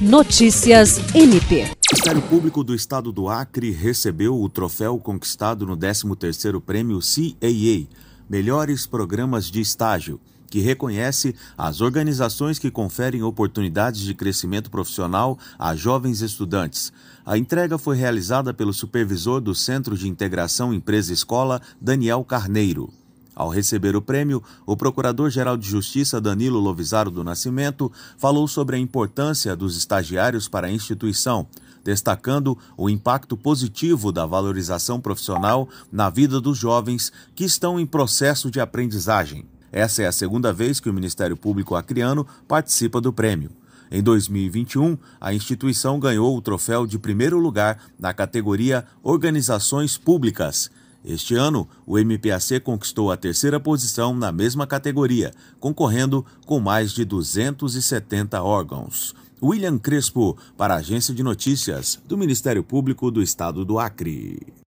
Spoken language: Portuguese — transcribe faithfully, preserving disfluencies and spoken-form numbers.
Notícias M P. O Ministério Público do Estado do Acre recebeu o troféu conquistado no décimo terceiro Prêmio C A A, Melhores Programas de Estágio, que reconhece as organizações que conferem oportunidades de crescimento profissional a jovens estudantes. A entrega foi realizada pelo supervisor do Centro de Integração Empresa-Escola, Daniel Carneiro. Ao receber o prêmio, o Procurador-Geral de Justiça, Danilo Lovisaro do Nascimento, falou sobre a importância dos estagiários para a instituição, destacando o impacto positivo da valorização profissional na vida dos jovens que estão em processo de aprendizagem. Essa é a segunda vez que o Ministério Público acreano participa do prêmio. Em dois mil e vinte e um, a instituição ganhou o troféu de primeiro lugar na categoria Organizações Públicas. Este ano, o M P A C conquistou a terceira posição na mesma categoria, concorrendo com mais de duzentos e setenta órgãos. William Crespo, para a Agência de Notícias do Ministério Público do Estado do Acre.